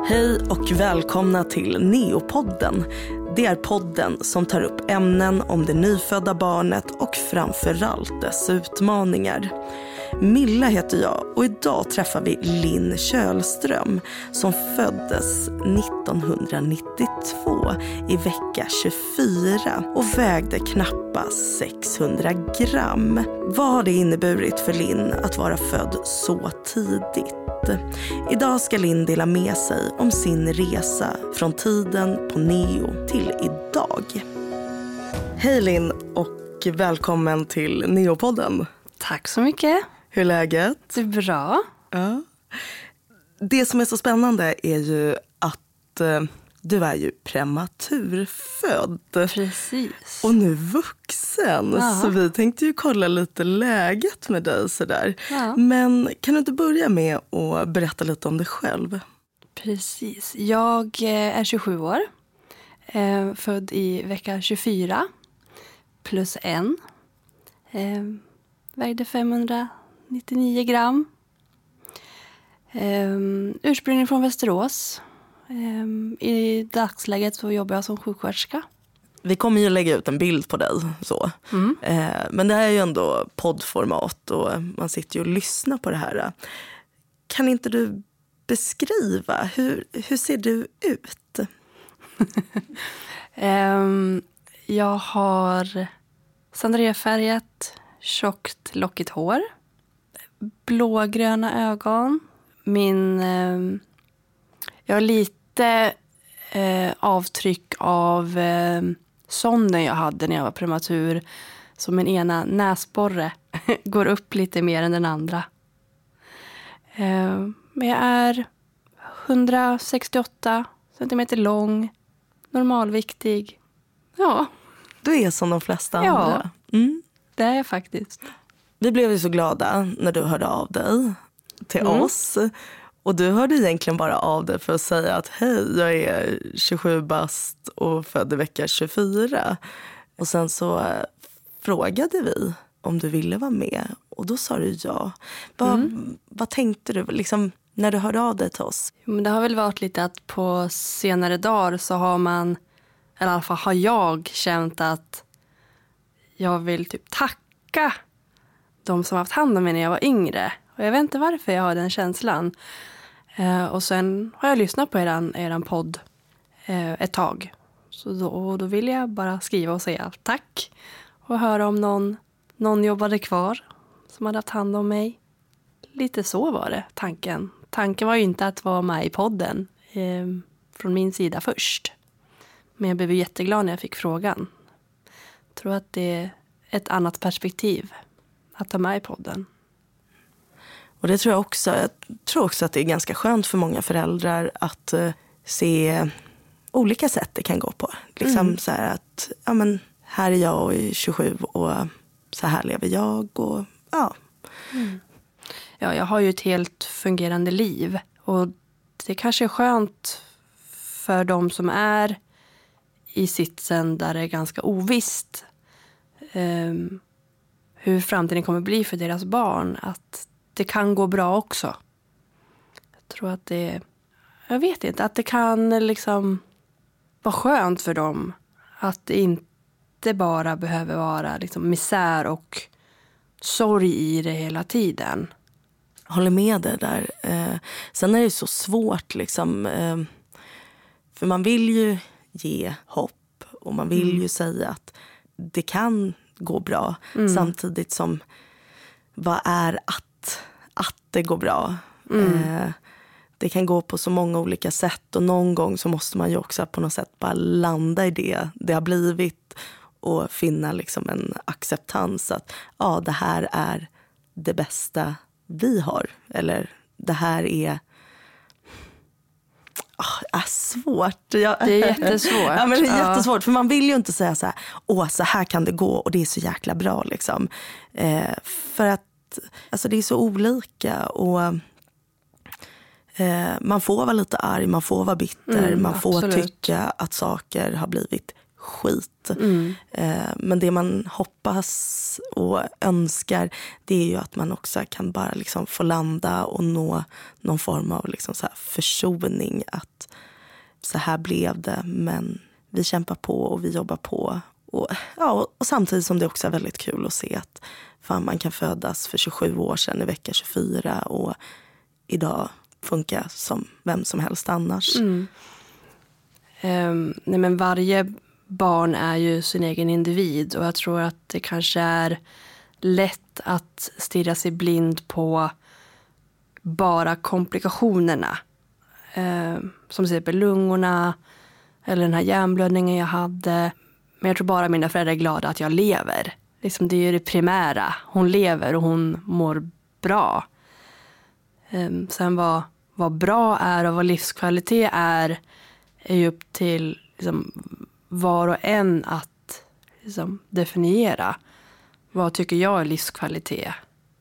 Hej och välkomna till Neopodden. Det är podden som tar upp ämnen om det nyfödda barnet och framförallt dess utmaningar. Milla heter jag och idag träffar vi Linn Kjölström som föddes 1992 i vecka 24 och vägde knappast 600 gram. Vad har det inneburit för Linn att vara född så tidigt? Idag ska Linn dela med sig om sin resa från tiden på Neo till idag. Hej Linn och välkommen till Neopodden. Tack så mycket. Hur är läget? Det är bra. Ja. Det som är så spännande är ju att du är ju prematurfödd. Precis. Och nu vuxen. Ja. Så vi tänkte ju kolla lite läget med dig sådär. Ja. Men kan du inte börja med att berätta lite om dig själv? Precis. Jag är 27 år. Född i vecka 24. Plus 1. Vägde 599 gram. Ursprungligen från Västerås. I dagsläget så jobbar jag som sjuksköterska. Vi kommer ju lägga ut en bild på dig. Så. Men det här är ju ändå poddformat och man sitter ju och lyssnar på det här. Kan inte du beskriva, hur ser du ut? Jag har sandrefärgat, tjockt, lockigt hår. Blågröna ögon. Jag har lite avtryck av sonden jag hade när jag var prematur. Så min ena näsborre går upp lite mer än den andra. Men jag är 168 centimeter lång. Normalviktig. Ja. Du är som de flesta andra. Ja, det är jag faktiskt. Vi blev ju så glada när du hörde av dig till oss. Och du hörde egentligen bara av dig för att säga att hej, jag är 27 bast och född i vecka 24. Och sen så frågade vi om du ville vara med. Och då sa du ja. Vad tänkte du liksom, när du hörde av dig till oss? Men det har väl varit lite att på senare dagar så har man, eller i alla fall har jag känt att jag vill typ tacka de som har haft hand om mig när jag var yngre. Och jag vet inte varför jag har den känslan. Och sen har jag lyssnat på eran podd ett tag. Så då vill jag bara skriva och säga tack. Och höra om någon jobbade kvar som hade haft hand om mig. Lite så var det tanken. Tanken var ju inte att vara med i podden från min sida först. Men jag blev jätteglad när jag fick frågan. Jag tror att det är ett annat perspektiv att ta med i podden. Och det tror jag också. Jag tror också att det är ganska skönt för många föräldrar att se olika sätt det kan gå på. Liksom så här att, ja men här är jag och är 27 och så här lever jag och ja. Ja, jag har ju ett helt fungerande liv. Och det kanske är skönt för de som är i sitsen där det är ganska ovisst hur framtiden kommer bli för deras barn. Att det kan gå bra också. Jag tror att jag vet inte, att det kan liksom vara skönt för dem. Att det inte bara behöver vara liksom misär och sorg i det hela tiden. Jag håller med dig där. Sen är det så svårt liksom. För man vill ju ge hopp. Och man vill ju säga att det kan gå bra. Samtidigt som vad är att det går bra. Det kan gå på så många olika sätt. Och någon gång så måste man ju också på något sätt bara landa i det har blivit. Och finna liksom en acceptans att ja, det här är det bästa vi har. Eller det här är svårt. Det är jättesvårt. Ja, men det är jättesvårt. För man vill ju inte säga så här kan det gå och det är så jäkla bra liksom. För att alltså, det är så olika och man får vara lite arg, man får vara bitter, man får absolut. tycka att saker har blivit skit. Men det man hoppas och önskar, det är ju att man också kan bara liksom få landa och nå någon form av liksom så här försoning. Att så här blev det, men vi kämpar på och vi jobbar på. Och samtidigt som det också är väldigt kul att se att fan, man kan födas för 27 år sedan i vecka 24 och idag funka som vem som helst annars. Nej, men varje barn är ju sin egen individ och jag tror att det kanske är lätt att stirra sig blind på bara komplikationerna. Som till exempel lungorna eller den här hjärnblödningen jag hade. Men jag tror bara mina föräldrar är glada att jag lever. Liksom, det är ju det primära. Hon lever och hon mår bra. Sen vad bra är och vad livskvalitet är ju upp till liksom, var och en att liksom, definiera. Vad tycker jag är livskvalitet?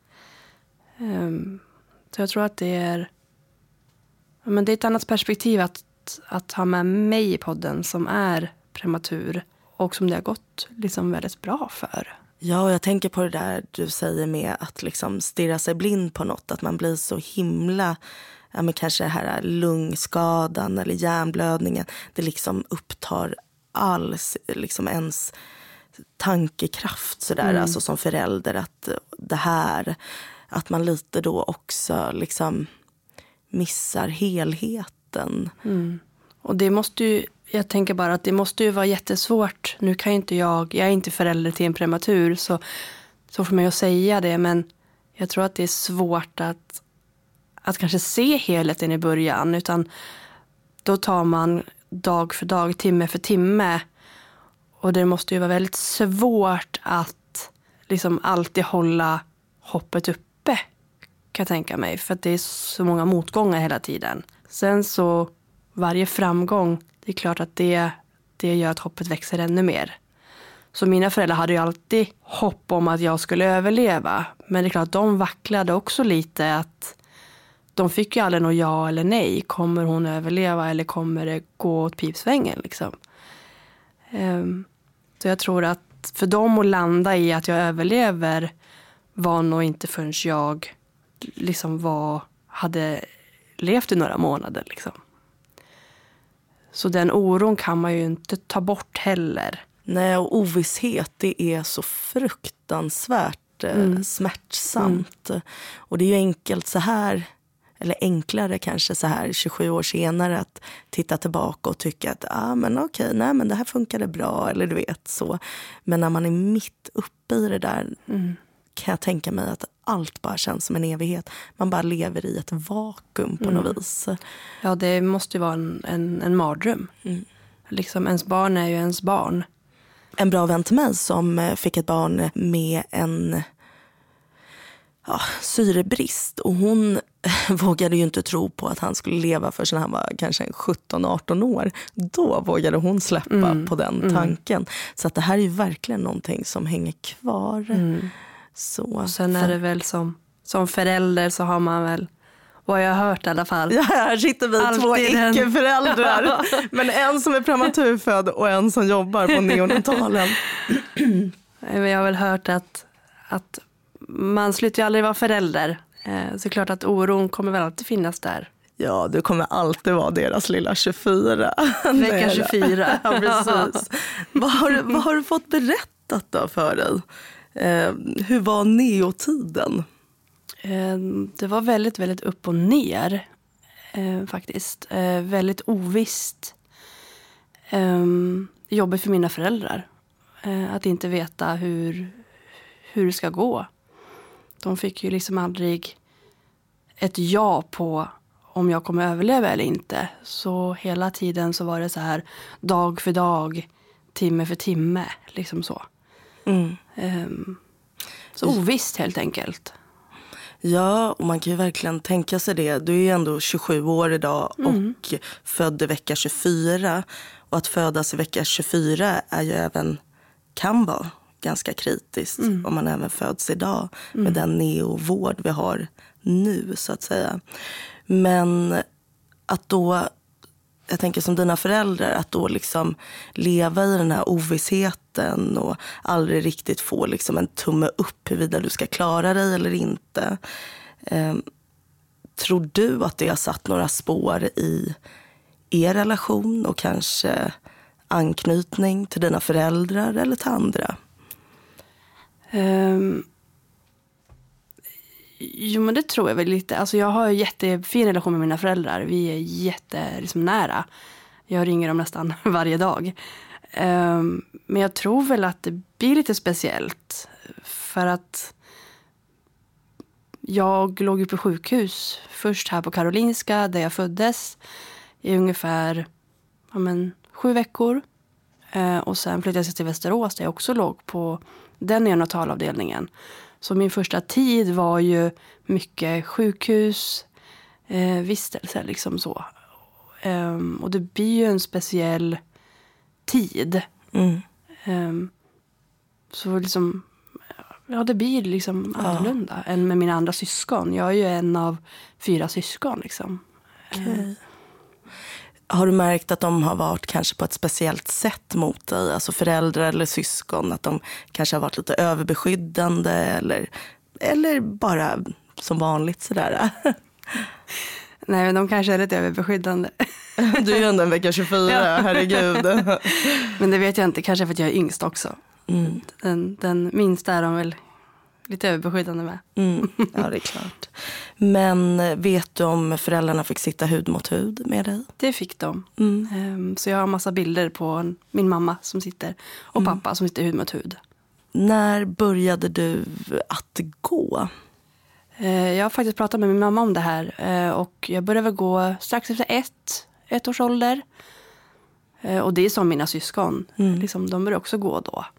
Så jag tror att det är ett annat perspektiv att ha med mig i podden som är prematur och som det har gått liksom väldigt bra för. Ja, och jag tänker på det där du säger med att liksom stirra sig blind på något. Att man blir så himla, men kanske det här lungskadan eller hjärnblödningen. Det liksom upptar liksom ens tankekraft sådär, alltså som förälder. Att det här, att man lite då också liksom missar helheten. Och det måste ju, jag tänker bara att det måste ju vara jättesvårt. Nu kan ju inte jag är inte förälder till en prematur så får man ju säga det, men jag tror att det är svårt att kanske se helheten i början, utan då tar man dag för dag, timme för timme, och det måste ju vara väldigt svårt att liksom alltid hålla hoppet uppe, kan jag tänka mig, för att det är så många motgångar hela tiden. Sen så varje framgång, det är klart att det gör att hoppet växer ännu mer. Så mina föräldrar hade ju alltid hopp om att jag skulle överleva. Men det är klart att de vacklade också lite, att de fick ju aldrig något ja eller nej. Kommer hon överleva eller kommer det gå åt pipsvängen liksom? Så jag tror att för dem att landa i att jag överlever var nog inte förrän jag liksom hade levt i några månader liksom. Så den oron kan man ju inte ta bort heller. Nej, och ovisshet, det är så fruktansvärt smärtsamt. Och det är ju enkelt så här, eller enklare kanske så här 27 år senare, att titta tillbaka och tycka att men okej, nej men det här funkade bra, eller du vet så. Men när man är mitt uppe i det där kan jag tänka mig att allt bara känns som en evighet. Man bara lever i ett vakuum på något vis. Ja, det måste ju vara en mardröm. Liksom, ens barn är ju ens barn. En bra vän till mig som fick ett barn med en syrebrist. Och hon vågade ju inte tro på att han skulle leva för när han var kanske 17-18 år. Då vågade hon släppa på den tanken. Så att det här är ju verkligen någonting som hänger kvar. Så, och sen är det väl som förälder så har man väl, vad jag har hört i alla fall. Ja, här sitter vi två icke-föräldrar. Men en som är prematurfödd och en som jobbar på neonatalen. Jag har väl hört att man slutar ju aldrig vara förälder. Så klart att oron kommer väl alltid finnas där. Ja, du kommer alltid vara deras lilla 24. Vecka 24. Ja, precis. Vad har du fått berättat då för dig? Hur var neotiden? Det var väldigt, väldigt upp och ner faktiskt. Väldigt ovisst. Jobbigt för mina föräldrar. Att inte veta hur det ska gå. De fick ju liksom aldrig ett ja på om jag kommer överleva eller inte. Så hela tiden så var det så här dag för dag, timme för timme, liksom så. Så ovisst helt enkelt. Ja, och man kan ju verkligen tänka sig det. Du är ju ändå 27 år idag och född i vecka 24. Och att födas i vecka 24 är ju kan vara ganska kritiskt om man även föds idag med den neovård vi har nu så att säga. Men att då jag tänker som dina föräldrar, att då liksom leva i den här ovissheten och aldrig riktigt få liksom en tumme upp huruvida du ska klara dig eller inte. Tror du att det har satt några spår i er relation och kanske anknytning till dina föräldrar eller till andra? Jo, men det tror jag väl lite. Alltså jag har en jättefin relation med mina föräldrar. Vi är liksom nära. Jag ringer dem nästan varje dag. Men jag tror väl att det blir lite speciellt. För att jag låg ju på sjukhus. Först här på Karolinska där jag föddes. I ungefär 7 veckor. Och sen flyttade jag till Västerås där jag också låg på den neonatalavdelningen. Så min första tid var ju mycket sjukhus, vistelse liksom så. Och det blir ju en speciell tid. Så liksom, ja, det blir liksom annorlunda än med mina andra syskon. Jag är ju en av 4 syskon liksom. Okay. Har du märkt att de har varit kanske på ett speciellt sätt mot dig? Alltså föräldrar eller syskon, att de kanske har varit lite överbeskyddande eller bara som vanligt sådär? Nej, men de kanske är lite överbeskyddande. Du är ju ändå en vecka 24, herregud. Men det vet jag inte, kanske för att jag är yngst också. Den minsta är de väl lite överbeskyddande med. Ja, det är klart. Men vet du om föräldrarna fick sitta hud mot hud med dig? Det fick de. Så jag har en massa bilder på min mamma som sitter och pappa som sitter hud mot hud. När började du att gå? Jag har faktiskt pratat med min mamma om det här. Och jag började väl gå strax efter ett års ålder. Och det är som mina syskon. Liksom, de började också gå då.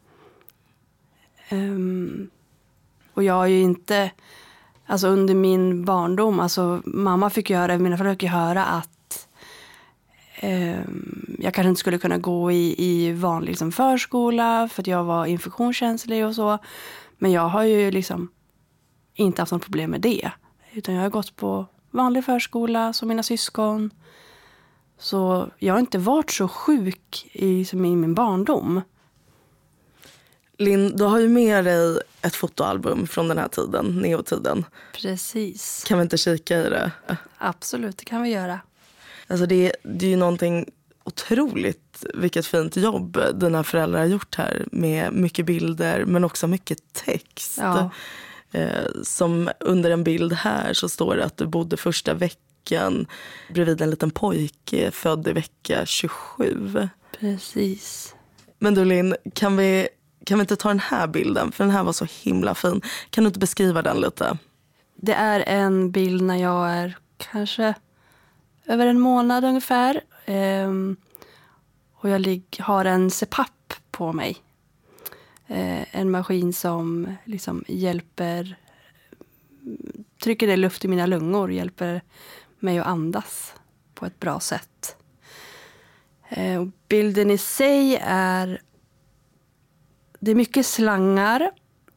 Och jag har ju inte, alltså under min barndom, alltså mamma fick göra, mina föräldrar fick höra att jag kanske inte skulle kunna gå i vanlig liksom, förskola för att jag var infektionskänslig och så. Men jag har ju liksom inte haft något problem med det. Utan jag har gått på vanlig förskola som mina syskon. Så jag har inte varit så sjuk i min barndom. Linn, du har ju med dig ett fotoalbum från den här tiden, neotiden. Precis. Kan vi inte kika i det? Absolut, det kan vi göra. Alltså det är ju någonting otroligt, vilket fint jobb dina föräldrar har gjort här. Med mycket bilder men också mycket text. Ja. Som under en bild här så står det att du bodde första veckan bredvid en liten pojke född i vecka 27. Precis. Men du Linn, kan vi inte ta den här bilden? För den här var så himla fin. Kan du inte beskriva den lite? Det är en bild när jag är kanske över en månad ungefär. Och jag har en CPAP på mig. En maskin som liksom trycker det luft i mina lungor. Hjälper mig att andas på ett bra sätt. Bilden i sig det är mycket slangar.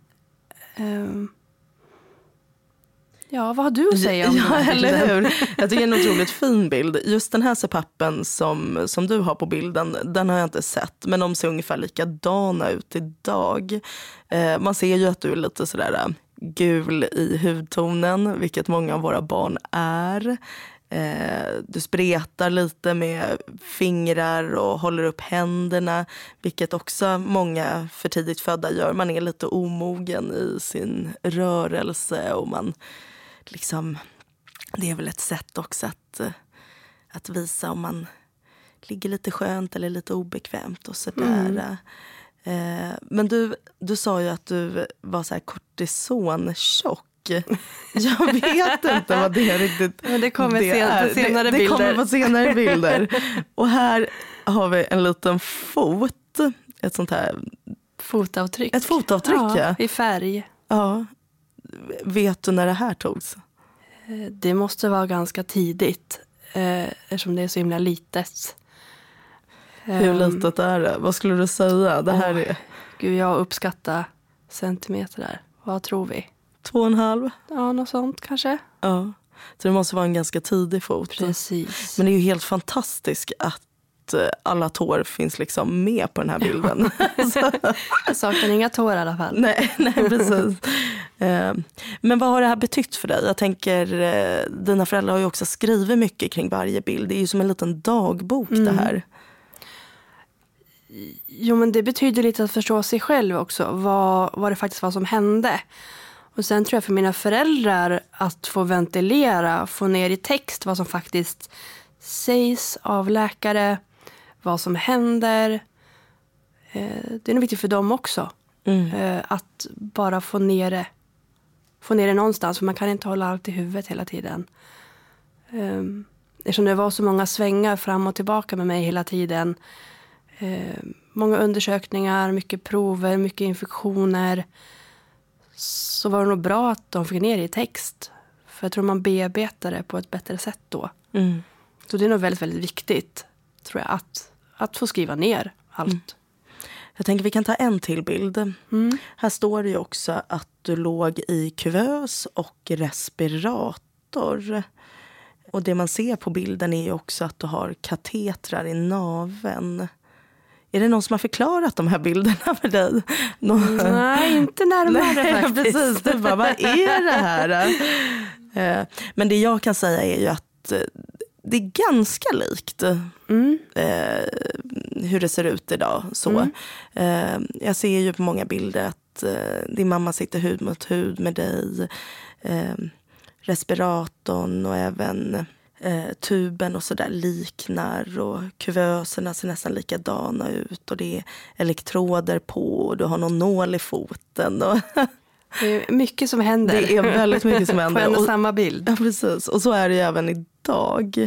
Ja, vad har du att säga om ja, det? Eller hur? Jag tycker det är en otroligt fin bild. Just den här CPAPen som du har på bilden, den har jag inte sett. Men de ser ungefär likadana ut idag. Man ser ju att du är lite sådär gul i hudtonen, vilket många av våra barn är. Du spretar lite med fingrar och håller upp händerna, vilket också många för tidigt födda gör. Man är lite omogen i sin rörelse och man liksom, det är väl ett sätt också att visa om man ligger lite skönt eller lite obekvämt och sådär. Men du sa ju att du var så här kortisontjock. Jag vet inte vad det är riktigt. Men det kommer på senare bilder. Det kommer på senare bilder. Och här har vi en liten fot. Ett sånt här fotavtryck. Ett fotavtryck, ja. I färg. Ja. Vet du när det här togs? Det måste vara ganska tidigt. Eftersom det är så himla litet. Hur litet är det? Vad skulle du säga? Det här är... Gud, jag uppskattar centimeter där. Vad tror vi? 2,5? Ja, något sånt kanske. Ja. Så det måste vara en ganska tidig fot. Precis. Men det är ju helt fantastiskt att alla tår finns liksom med på den här bilden. Jag saknar inga tår i alla fall. Nej, precis. Men vad har det här betytt för dig? Jag tänker, dina föräldrar har ju också skrivit mycket kring varje bild. Det är ju som en liten dagbok det här. Jo, men det betyder lite att förstå sig själv också. Vad det faktiskt var som hände. Och sen tror jag för mina föräldrar att få ventilera, få ner i text vad som faktiskt sägs av läkare, vad som händer. Det är nog viktigt för dem också. Att bara få ner det någonstans. För man kan inte hålla allt i huvudet hela tiden. Eftersom det var så många svängar fram och tillbaka med mig hela tiden. Många undersökningar, mycket prover, mycket infektioner. Så var det nog bra att de fick ner det i text. För jag tror man bearbetar det på ett bättre sätt då. Så det är nog väldigt, väldigt viktigt, tror jag, att få skriva ner allt. Jag tänker vi kan ta en till bild. Här står det ju också att du låg i kuvös och respirator. Och det man ser på bilden är ju också att du har katetrar i naveln. Är det någon som har förklarat de här bilderna för dig? Nej, inte närmare faktiskt. Precis, du bara, vad är det här? Men det jag kan säga är ju att det är ganska likt hur det ser ut idag. Så. Jag ser ju på många bilder att din mamma sitter hud mot hud med dig. Respiratorn och även tuben och sådär liknar. Och kuvöserna ser nästan likadana ut. Och det är elektroder på och du har någon nål i foten. Och det är mycket som händer. Det är väldigt mycket som händer. På en och samma bild. Ja, precis. Och så är det ju även idag.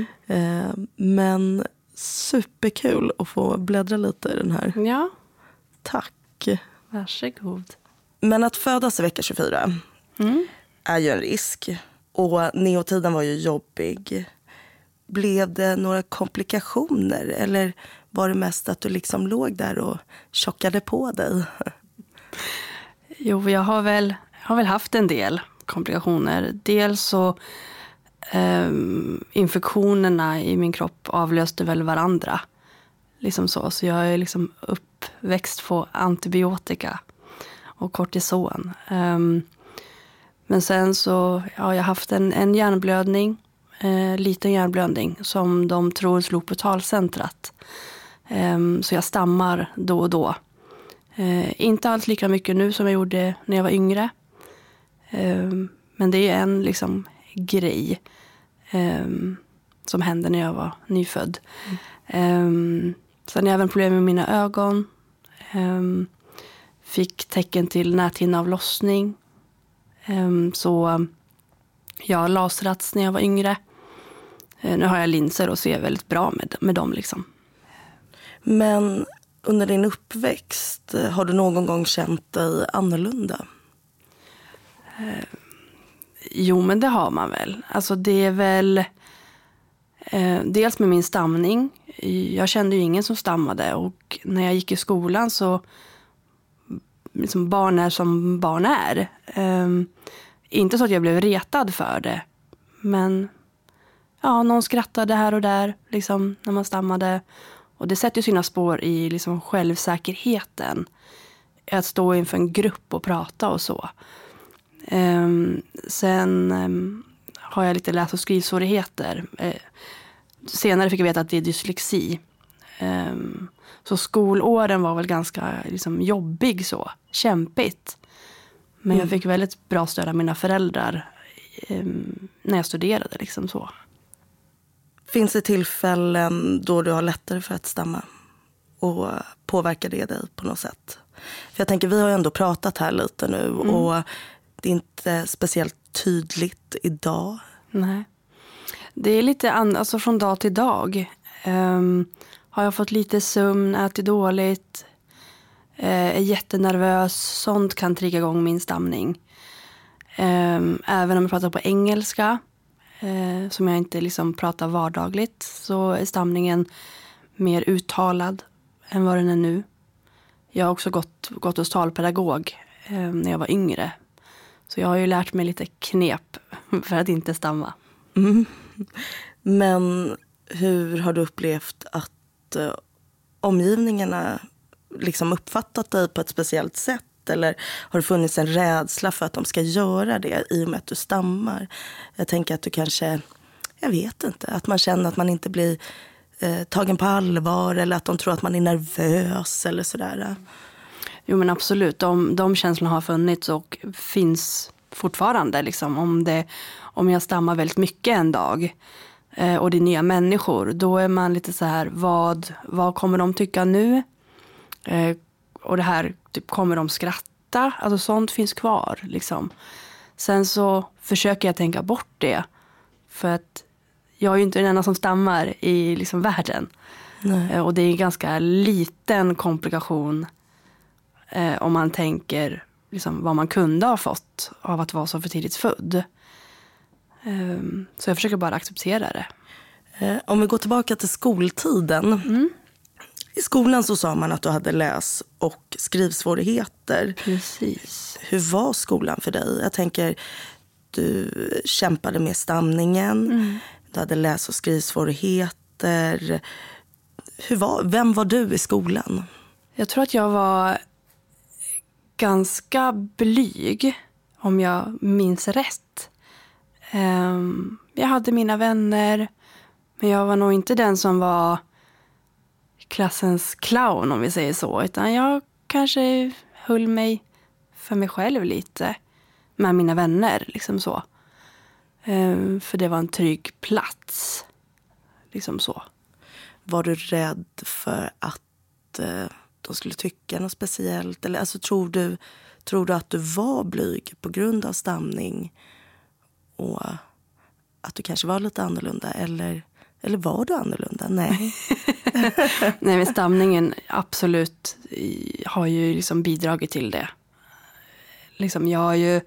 Men superkul att få bläddra lite i den här. Ja. Tack. Varsågod. Men att födas i vecka 24 är ju en risk. Och neotiden var ju jobbig. Blev det några komplikationer? Eller var det mest att du liksom låg där och tjockade på dig? Jo, jag har väl haft en del komplikationer. Dels så infektionerna i min kropp avlöste väl varandra. Liksom så jag är liksom uppväxt på antibiotika och kortison. Men sen så har jag haft en hjärnblödning, liten hjärnblödning som de tror slog på talcentrat. Så jag stammar då och då. Inte alls lika mycket nu som jag gjorde när jag var yngre. Men det är en liksom grej som hände när jag var nyfödd. Sen har jag även problem med mina ögon. Fick tecken till näthinneavlossning. Så jag har lasrats när jag var yngre. Nu har jag linser och ser väldigt bra med dem liksom. Men under din uppväxt, har du någon gång känt dig annorlunda? Jo, men det har man väl. Alltså det är väl dels med min stamning. Jag kände ju ingen som stammade. Och när jag gick i skolan så liksom barn är som barn är. Inte så att jag blev retad för det. Men ja, någon skrattade här och där liksom, när man stammade. Och det sätter ju sina spår i liksom självsäkerheten. Att stå inför en grupp och prata och så. Sen har jag lite läs- och skrivsvårigheter. Senare fick jag veta att det är dyslexi. Så skolåren var väl ganska liksom, jobbig så. Kämpigt. Men jag fick väldigt bra stöd av mina föräldrar när jag studerade liksom så. Finns det tillfällen då du har lättare för att stamma? Och påverkar det dig på något sätt? För jag tänker, vi har ju ändå pratat här lite nu. Och det är inte speciellt tydligt idag. Nej. Det är lite alltså från dag till dag. Har jag fått lite sömn, ätit dåligt, är jättenervös. Sånt kan trigga igång min stamning. Även om jag pratar på engelska, som jag inte liksom pratar vardagligt, så är stamningen mer uttalad än vad den är nu. Jag har också gått hos talpedagog när jag var yngre. Så jag har ju lärt mig lite knep för att inte stamma. Mm. Men hur har du upplevt att omgivningarna liksom uppfattat dig på ett speciellt sätt? Eller har det funnits en rädsla för att de ska göra det i och med att du stammar? Jag tänker att du kanske, jag vet inte, att man känner att man inte blir tagen på allvar eller att de tror att man är nervös eller sådär. Jo men absolut, de känslorna har funnits och finns fortfarande. Liksom. Om jag stammar väldigt mycket en dag och det är nya människor, då är man lite så här, vad kommer de tycka nu? Och det här, typ, kommer de skratta? Alltså sånt finns kvar. Liksom. Sen så försöker jag tänka bort det. För att jag är ju inte den enda som stammar i liksom världen. Nej. Och det är en ganska liten komplikation om man tänker liksom, vad man kunde ha fått av att vara så för tidigt född. Så jag försöker bara acceptera det. Om vi går tillbaka till skoltiden. I skolan så sa man att du hade läs- och skrivsvårigheter. Precis. Hur var skolan för dig? Jag tänker, du kämpade med stamningen. Du hade läs- och skrivsvårigheter. Vem var du i skolan? Jag tror att jag var ganska blyg, om jag minns rätt. Jag hade mina vänner, men jag var nog inte den som var klassens clown, om vi säger så. Utan jag kanske höll mig för mig själv lite med mina vänner, liksom så. För det var en trygg plats, liksom så. Var du rädd för att de skulle tycka något speciellt? Eller alltså, tror du att du var blyg på grund av stamning och att du kanske var lite annorlunda? Eller var du annorlunda? Nej. Nej, men stamningen absolut har ju liksom bidragit till det. Liksom, jag är ju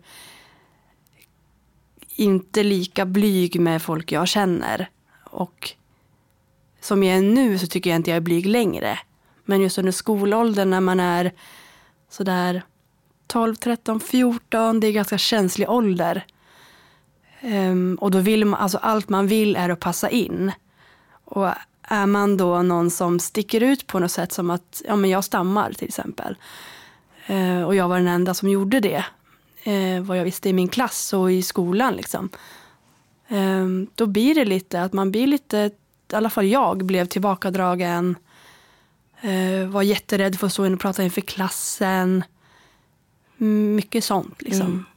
inte lika blyg med folk jag känner. Och som jag är nu så tycker jag inte jag är blyg längre. Men just under skolåldern när man är sådär 12, 13, 14, det är ganska känslig ålder. Och då vill man, alltså allt man vill är att passa in. Och är man då någon som sticker ut på något sätt, som att ja, men jag stammar till exempel. Och jag var den enda som gjorde det. Vad jag visste i min klass och i skolan liksom. Då blir det lite att man blir lite, i alla fall jag blev tillbakadragen. Var jätterädd för att stå in och prata inför klassen. Mycket sånt liksom.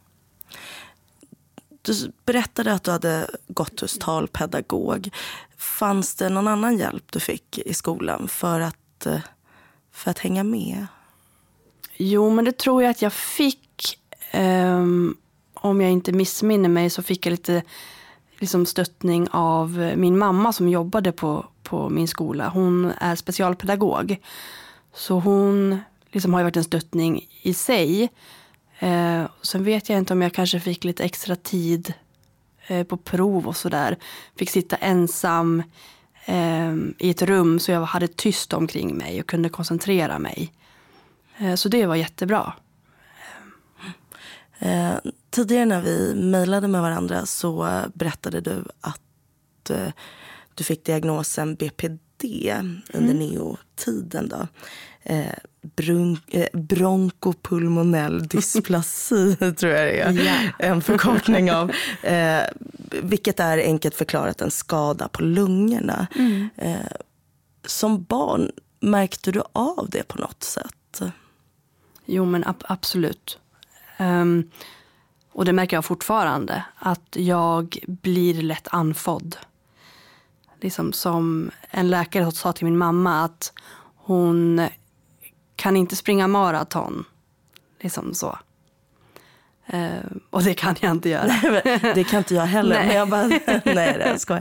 Du berättade att du hade gått hos talpedagog. Fanns det någon annan hjälp du fick i skolan för att hänga med? Jo, men det tror jag att jag fick. Om jag inte missminner mig så fick jag lite liksom stöttning av min mamma som jobbade på min skola. Hon är specialpedagog. Så hon liksom har ju varit en stöttning i sig. Sen vet jag inte om jag kanske fick lite extra tid på prov och sådär. Fick sitta ensam i ett rum så jag hade tyst omkring mig och kunde koncentrera mig. Så det var jättebra. Tidigare när vi mejlade med varandra så berättade du att du fick diagnosen BPD under neotiden då. Bronkopulmonell dysplasi tror jag det är. Ja. En förkortning av. Vilket är enkelt förklarat en skada på lungorna. Som barn, märkte du av det på något sätt? Jo, men absolut. Och det märker jag fortfarande. Att jag blir lätt andfådd. Liksom som en läkare sa till min mamma att hon kan inte springa maraton. Liksom så. Och det kan jag inte göra. Det kan inte jag heller. Nej. Men jag bara, nej det ska jag.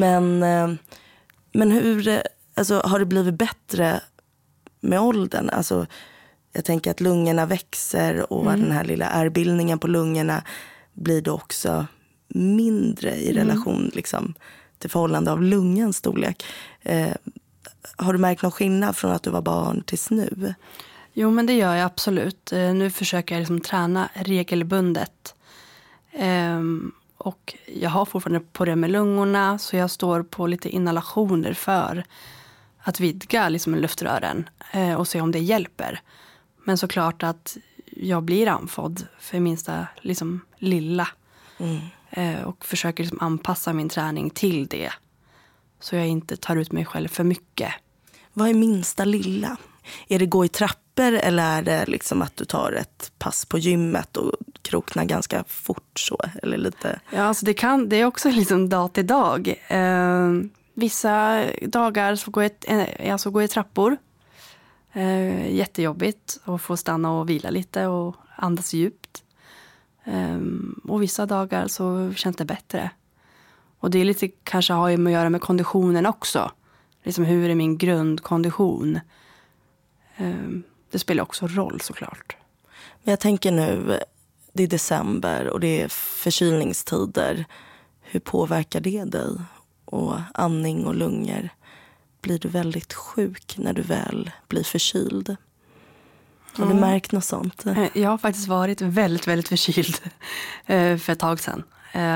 Men hur, alltså, har det blivit bättre med åldern? Alltså, jag tänker att lungorna växer och den här lilla ärrbildningen på lungorna blir då också mindre i relation liksom, till förhållande av lungans storlek. Har du märkt någon skillnad från att du var barn tills nu? Jo, men det gör jag absolut. Nu försöker jag liksom träna regelbundet. Och jag har fortfarande problem med lungorna, så jag står på lite inhalationer för att vidga liksom luftrören och se om det hjälper. Men såklart att jag blir andfådd för minsta liksom lilla. Och försöker liksom anpassa min träning till det. Så jag inte tar ut mig själv för mycket. Vad är minsta lilla? Är det gå i trappor eller är det liksom att du tar ett pass på gymmet och kroknar ganska fort så? Eller lite? Ja, alltså det är också liksom dag till dag. Vissa dagar så går jag i trappor. Jättejobbigt att få stanna och vila lite och andas djupt. Och vissa dagar så känns det bättre. Och det är lite kanske har ju med att göra med konditionen också. Liksom hur är min grundkondition? Det spelar också roll såklart. Men jag tänker nu, det är december och det är förkylningstider. Hur påverkar det dig? Och andning och lungor. Blir du väldigt sjuk när du väl blir förkyld? Har du märkt något sånt? Jag har faktiskt varit väldigt, väldigt förkyld för ett tag sedan.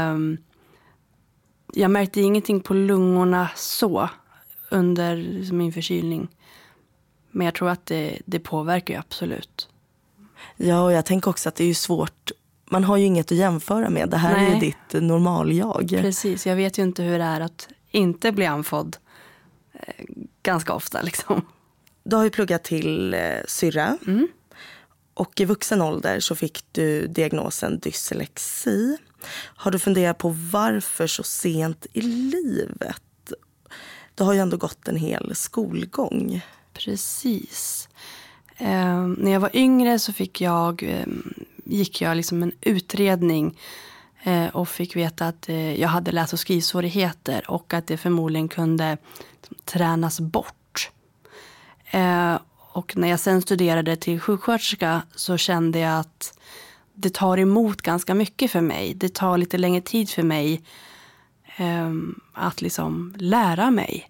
Jag märkte ingenting på lungorna så under min förkylning. Men jag tror att det påverkar ju absolut. Ja, och jag tänker också att det är ju svårt. Man har ju inget att jämföra med. Det här är ju ditt normaljag. Precis, jag vet ju inte hur det är att inte bli andfådd ganska ofta liksom. Du har ju pluggat till syrra. Och i vuxen ålder så fick du diagnosen dyslexi. Har du funderat på varför så sent i livet? Du har ju ändå gått en hel skolgång. Precis. När jag var yngre så gick jag liksom en utredning och fick veta att jag hade läs- och skrivsvårigheter och att det förmodligen kunde tränas bort. Och när jag sen studerade till sjuksköterska så kände jag att det tar emot ganska mycket för mig. Det tar lite längre tid för mig att liksom lära mig.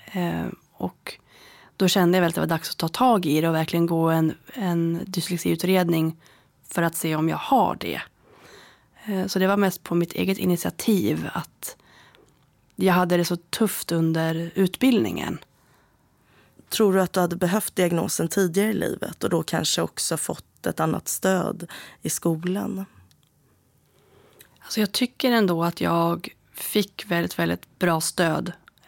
Och då kände jag väl att det var dags att ta tag i det och verkligen gå en dyslexiutredning för att se om jag har det. Så det var mest på mitt eget initiativ att jag hade det så tufft under utbildningen. Tror du att du hade behövt diagnosen tidigare i livet och då kanske också fått ett annat stöd i skolan? Alltså jag tycker ändå att jag fick väldigt, väldigt bra stöd.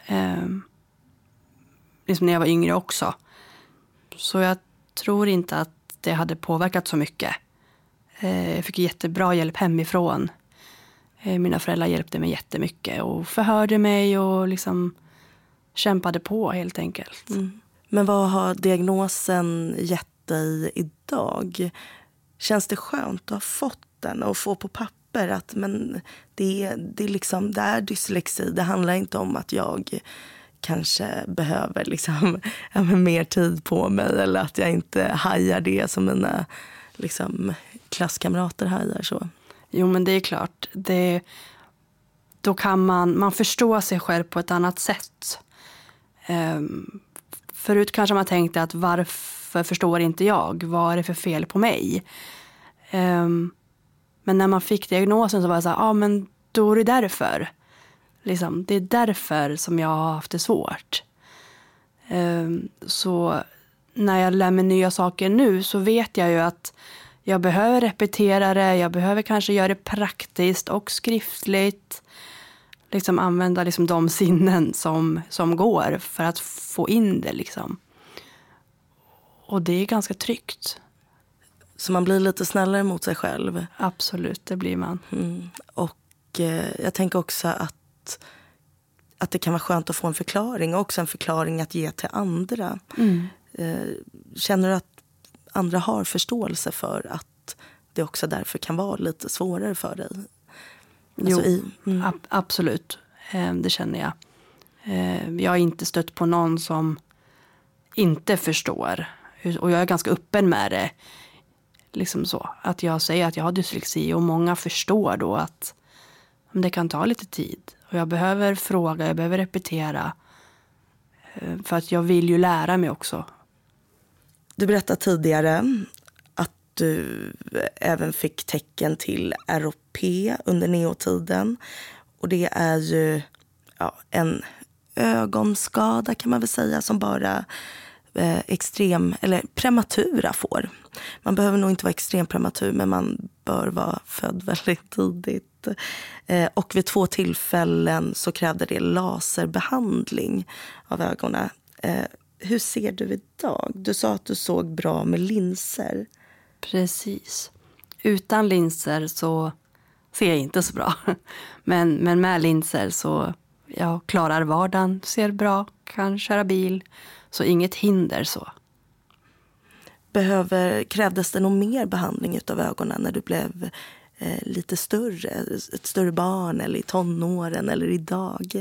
Liksom när jag var yngre också. Så jag tror inte att det hade påverkat så mycket. Jag fick jättebra hjälp hemifrån. Mina föräldrar hjälpte mig jättemycket och förhörde mig och liksom kämpade på helt enkelt. Men vad har diagnosen gett dig idag? Känns det skönt att ha fått den och få på papper att men det är dyslexi. Det handlar inte om att jag kanske behöver liksom, mer tid på mig eller att jag inte hajar det som mina liksom, klasskamrater hajar så. Jo, men det är klart. Då kan man förstå sig själv på ett annat sätt. Förut kanske man tänkte att varför förstår inte jag? Vad är det för fel på mig? Men när man fick diagnosen så var det så här, men då är det därför. Liksom, det är därför som jag har haft det svårt. Så när jag lär mig nya saker nu så vet jag ju att jag behöver repetera det. Jag behöver kanske göra det praktiskt och skriftligt. Liksom använda liksom de sinnen som går för att få in det. Liksom. Och det är ganska tryggt. Så man blir lite snällare mot sig själv? Absolut, det blir man. Och jag tänker också att det kan vara skönt att få en förklaring. Och också en förklaring att ge till andra. Känner du att andra har förståelse för att det också därför kan vara lite svårare för dig? Alltså Absolut. Det känner jag. Jag har inte stött på någon som inte förstår. Och jag är ganska öppen med det. Liksom så. Att jag säger att jag har dyslexi. Och många förstår då att det kan ta lite tid. Och jag behöver fråga, jag behöver repetera. För att jag vill ju lära mig också. Du berättade tidigare att du även fick tecken till ROP myopé under neotiden. Och det är ju en ögonskada kan man väl säga som bara prematura får. Man behöver nog inte vara extrem prematur, men man bör vara född väldigt tidigt. Och vid 2 tillfällen så krävde det laserbehandling av ögonen. Hur ser du idag? Du sa att du såg bra med linser. Precis. Utan linser så ser jag inte så bra. Men med linser så jag klarar vardagen, ser bra, kan köra bil. Så inget hinder så. Krävdes det någon mer behandling av ögonen när du blev lite större? Ett större barn eller i tonåren eller idag?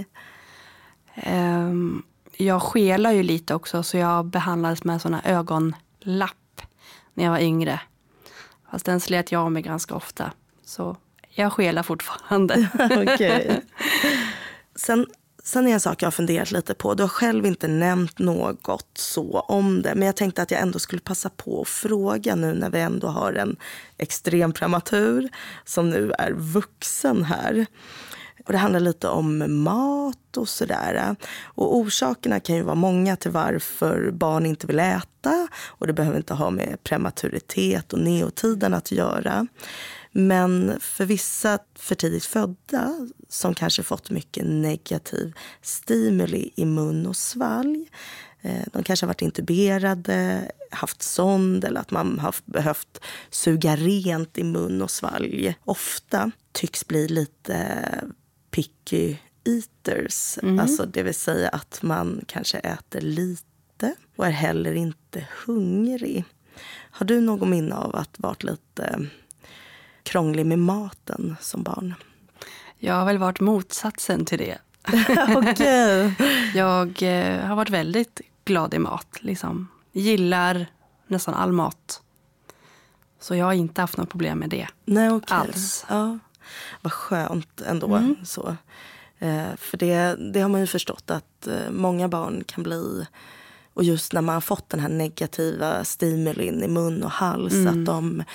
Jag skelar ju lite också, så jag behandlades med såna ögonlapp när jag var yngre. Fast den slet jag med ganska ofta. Så jag skelar fortfarande. Okej. Sen är en sak jag har funderat lite på. Du har själv inte nämnt något så om det. Men jag tänkte att jag ändå skulle passa på att fråga nu när vi ändå har en extrem prematur som nu är vuxen här. Och det handlar lite om mat och sådär. Och orsakerna kan ju vara många till varför barn inte vill äta. Och det behöver inte ha med prematuritet och neotiden att göra. Men för vissa för tidigt födda som kanske fått mycket negativ stimuli i mun och svalg. De kanske har varit intuberade, haft sond eller att man har behövt suga rent i mun och svalg. Ofta tycks bli lite picky eaters. Alltså det vill säga att man kanske äter lite och är heller inte hungrig. Har du någon minne av att varit lite krånglig med maten som barn? Jag har väl varit motsatsen till det. Okej. Jag har varit väldigt glad i mat. Liksom. Gillar nästan all mat. Så jag har inte haft något problem med det. Nej, okej. Alls. Ja. Vad skönt ändå. Så. För det har man ju förstått att många barn kan bli, och just när man har fått den här negativa stimulin i mun och hals, att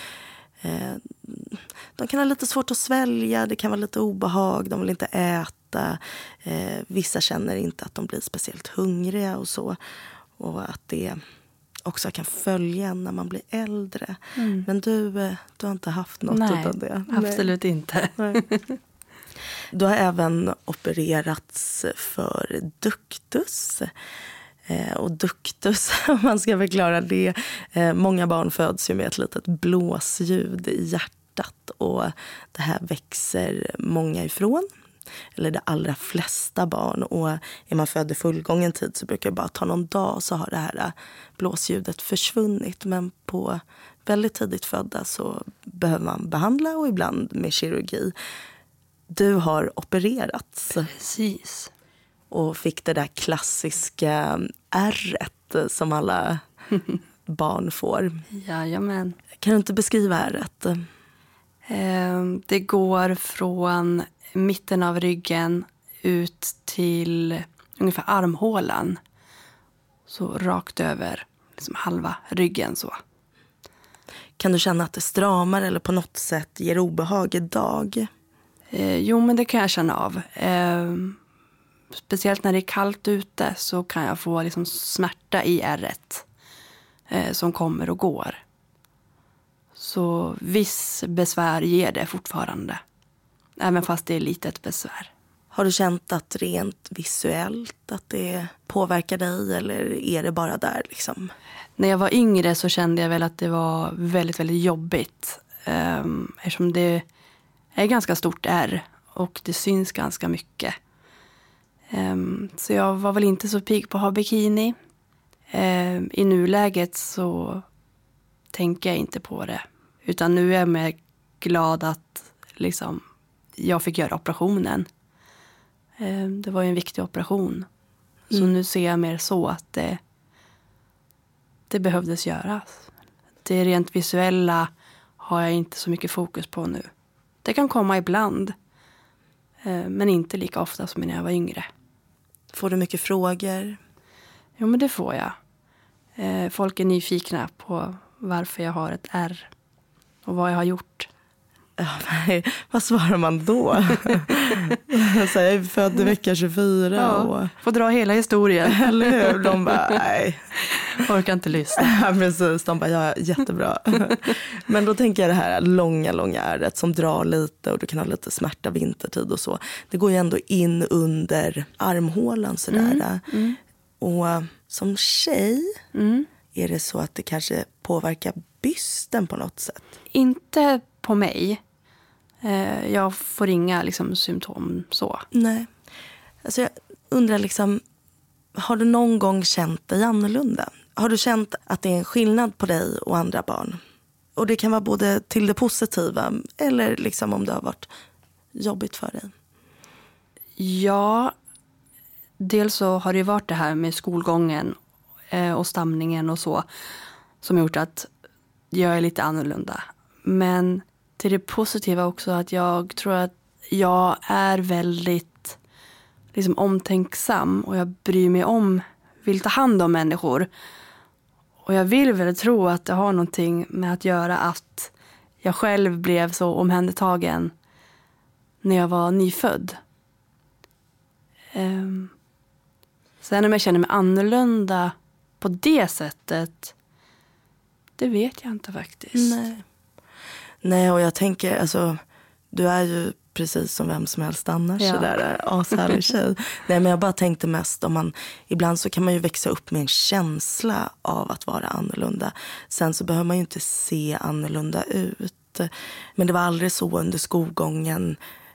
de kan ha lite svårt att svälja, det kan vara lite obehag, de vill inte äta. Vissa känner inte att de blir speciellt hungriga och så. Och att det också kan följa när man blir äldre. Men du har inte haft något av det? Absolut inte. Nej. Du har även opererats för ductus. Och ductus, om man ska förklara det. Många barn föds ju med ett litet blåsljud i hjärtat. Och det här växer många ifrån. Eller de allra flesta barn. Och är man född i fullgången tid så brukar det bara ta någon dag så har det här blåsljudet försvunnit. Men på väldigt tidigt födda så behöver man behandla och ibland med kirurgi. Du har opererats. Precis. Och fick det där klassiska ärret som alla barn får. Jajamän. Kan du inte beskriva ärret? Det går från mitten av ryggen ut till ungefär armhålan. Så rakt över liksom halva ryggen så. Kan du känna att det stramar eller på något sätt ger obehag idag? Jo, men det kan jag känna av. Speciellt när det är kallt ute så kan jag få liksom smärta i ärret som kommer och går. Så viss besvär ger det fortfarande. Även fast det är litet besvär. Har du känt att rent visuellt att det påverkar dig eller är det bara där liksom? När jag var yngre så kände jag väl att det var väldigt, väldigt jobbigt. Eftersom det är ganska stort ärr och det syns ganska mycket. Så jag var väl inte så pigg på att ha bikini. I nuläget så tänker jag inte på det. Utan nu är jag mer glad att liksom, jag fick göra operationen. Det var ju en viktig operation. Så nu ser jag mer så att det behövdes göras. Det rent visuella har jag inte så mycket fokus på nu. Det kan komma ibland. Men inte lika ofta som när jag var yngre. Får du mycket frågor? Jo, men det får jag. Folk är nyfikna på varför jag har ett ärr. Och vad jag har gjort. Ja, nej, vad svarar man då? Så jag är född i vecka 24. Ja, och... får dra hela historien. Eller hur? De bara, nej. Orkar inte lyssna. Ja, precis. De bara, ja, jättebra. Men då tänker jag det här långa ärret som drar lite och du kan ha lite smärta vintertid och så. Det går ju ändå in under armhålan sådär. Och som tjej är det så att det kanske påverkar bysten på något sätt? Inte på mig. Jag får inga liksom, symptom så. Nej. Alltså jag undrar liksom, har du någon gång känt dig annorlunda? Har du känt att det är en skillnad på dig och andra barn? Och det kan vara både till det positiva eller liksom om det har varit jobbigt för dig. Ja, dels så har det varit det här med skolgången och stamningen och så som gjort att jag är lite annorlunda. Men till det positiva också att jag tror att jag är väldigt liksom omtänksam och jag bryr mig om, vill ta hand om människor. Och jag vill väl tro att det har någonting med att göra att jag själv blev så omhändertagen när jag var nyfödd. Sen om jag känner mig annorlunda på det sättet, det vet jag inte faktiskt. Nej, och jag tänker, alltså, du är ju precis som vem som helst annars. Ja. Sådär, ashärlig tjej. Nej, men jag bara tänkte mest om man, ibland så kan man ju växa upp med en känsla av att vara annorlunda. Sen så behöver man ju inte se annorlunda ut. Men det var aldrig så under skolgången.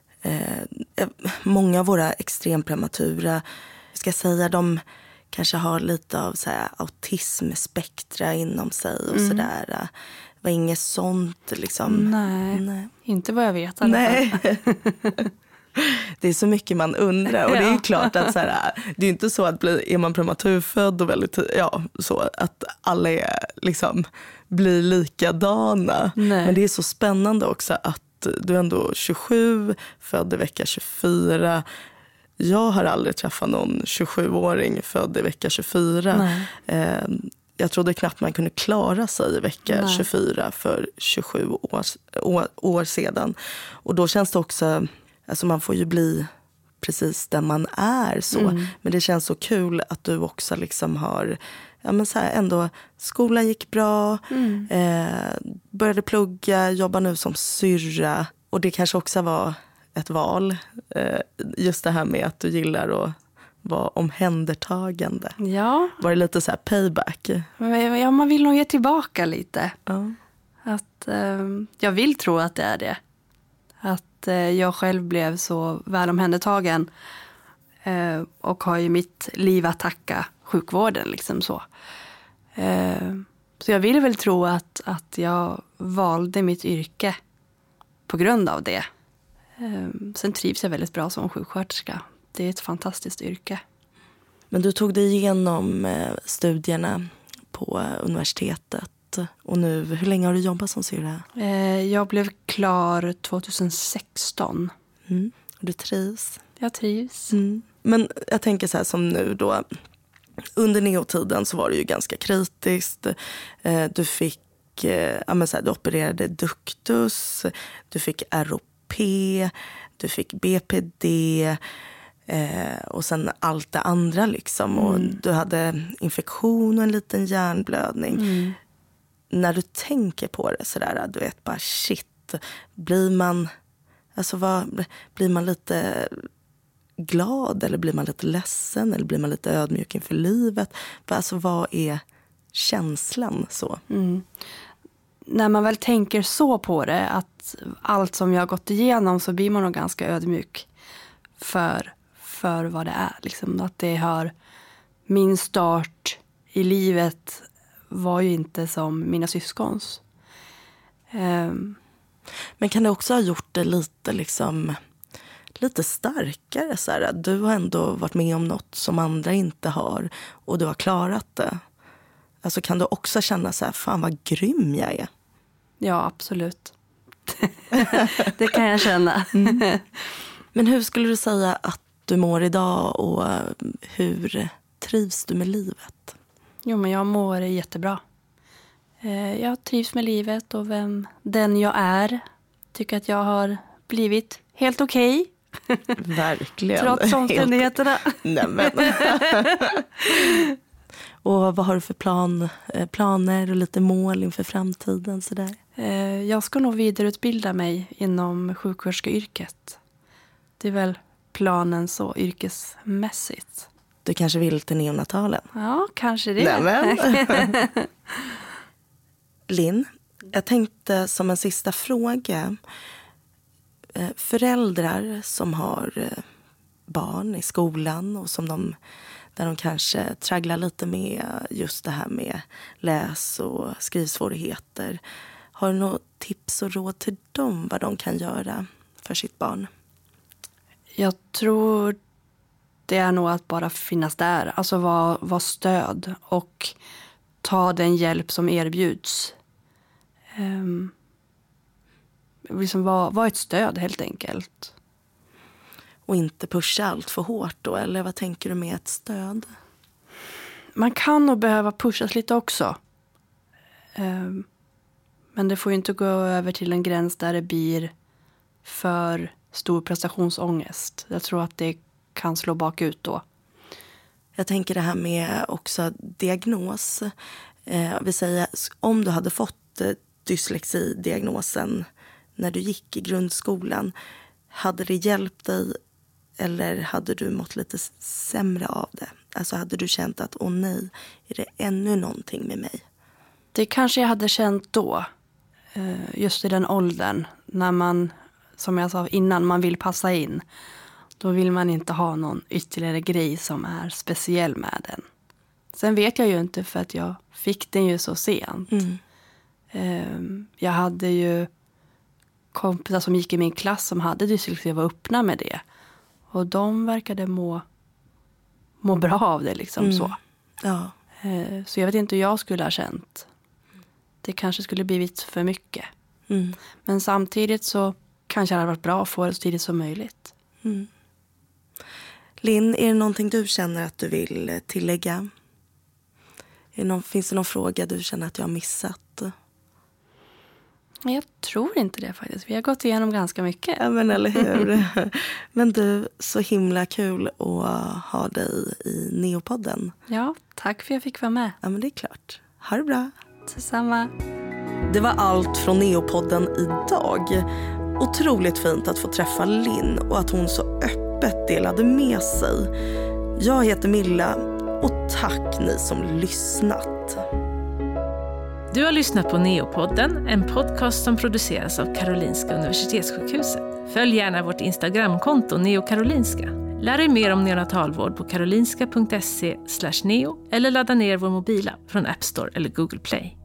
Många av våra extremprematura, jag ska säga, de kanske har lite av så här autismspektra inom sig och sådär. Det var inget sånt liksom. Nej. Inte vad jag vet. Nej. Det är så mycket man undrar. Och det är ju klart att så här, det är inte så att är man prematurfödd och väldigt, så att alla är, liksom, blir likadana. Nej. Men det är så spännande också att du är ändå 27, född i vecka 24. Jag har aldrig träffat någon 27-åring född i vecka 24. Jag trodde knappt man kunde klara sig i vecka 24 för 27 år sedan. Och då känns det också, alltså man får ju bli precis den man är så. Men det känns så kul att du också liksom har, ja men så här, ändå skolan gick bra, började plugga, jobbar nu som syrra. Och det kanske också var ett val, just det här med att du gillar att vara omhändertagande. Ja. Var det lite så här payback? Ja, man vill nog ge tillbaka lite. Ja. Att, jag vill tro att det är det. Att jag själv blev så väl omhändertagen och har ju mitt liv att tacka sjukvården. Liksom så. Så jag vill väl tro att jag valde mitt yrke på grund av det. Sen trivs jag väldigt bra som sjuksköterska. Det är ett fantastiskt yrke. Men du tog dig igenom studierna på universitetet. Och nu, hur länge har du jobbat som syrra? Jag blev klar 2016. Och du trivs? Jag trivs. Men jag tänker så här som nu då. Under neotiden så var det ju ganska kritiskt. Du fick, du opererade ductus. Du fick ROP. Du fick BPD. Och sen allt det andra liksom. Och du hade infektion och en liten hjärnblödning. När du tänker på det sådär, du vet bara shit, blir man lite glad eller blir man lite ledsen eller blir man lite ödmjuk inför livet? Alltså vad är känslan så? När man väl tänker så på det, att allt som jag har gått igenom, så blir man nog ganska ödmjuk för vad det är. Liksom, att det har, min start i livet var ju inte som mina syskons. Men kan det också ha gjort det lite starkare? Så här, du har ändå varit med om något som andra inte har och du har klarat det. Alltså kan du också känna så här, fan vad grym jag är? Ja, absolut. Det kan jag känna. Men hur skulle du säga att du mår idag och hur trivs du med livet? Jo, men jag mår jättebra. Jag trivs med livet och den jag är. tycker att jag har blivit helt okej. Verkligen. Trots omständigheterna. Nämen. Och vad har du för planer och lite mål inför framtiden? Sådär? Jag ska nog vidareutbilda mig inom sjuksköterskeyrket. Det är väl planen så yrkesmässigt. Du kanske vill till neonatalen? Ja, kanske det. Nämen. Linn, jag tänkte som en sista fråga. Föräldrar som har barn i skolan och där de kanske tragglar lite med just det här med läs- och skrivsvårigheter. Har du något tips och råd till dem vad de kan göra för sitt barn? Jag tror det är nog att bara finnas där. Alltså vara stöd och ta den hjälp som erbjuds. Liksom vara ett stöd helt enkelt. Och inte pusha allt för hårt då? Eller vad tänker du med ett stöd? Man kan nog behöva pushas lite också. Men det får ju inte gå över till en gräns där det blir för stor prestationsångest. Jag tror att det kan slå bakut då. Jag tänker det här med också diagnos. Vi säger, om du hade fått dyslexi-diagnosen när du gick i grundskolan, hade det hjälpt dig eller hade du mått lite sämre av det? Alltså hade du känt att åh nej, är det ännu någonting med mig? Det kanske jag hade känt då, just i den åldern, när man, som jag sa innan, man vill passa in. Då vill man inte ha någon ytterligare grej som är speciell med den. Sen vet jag ju inte för att jag fick den ju så sent. Jag hade ju kompisar som gick i min klass som hade dyslexi och var öppna med det. Och de verkade må bra av det liksom så. Ja. Så jag vet inte hur jag skulle ha känt. Det kanske skulle blivit för mycket. Men samtidigt så kanske det hade varit bra att få det så tidigt som möjligt. Linn, är det någonting du känner att du vill tillägga? Finns det någon fråga du känner att jag har missat? Jag tror inte det faktiskt. Vi har gått igenom ganska mycket. Ja, men eller hur? Men du, så himla kul att ha dig i Neopodden. Ja, tack för att jag fick vara med. Ja, men det är klart. Ha det bra. Detsamma. Det var allt från Neopodden idag. Otroligt fint att få träffa Linn och att hon så öppet delade med sig. Jag heter Milla och tack ni som lyssnat. Du har lyssnat på Neopodden, en podcast som produceras av Karolinska Universitetssjukhuset. Följ gärna vårt Instagramkonto neokarolinska. Lär dig mer om neonatalvård på karolinska.se/neo eller ladda ner vår mobila från App Store eller Google Play.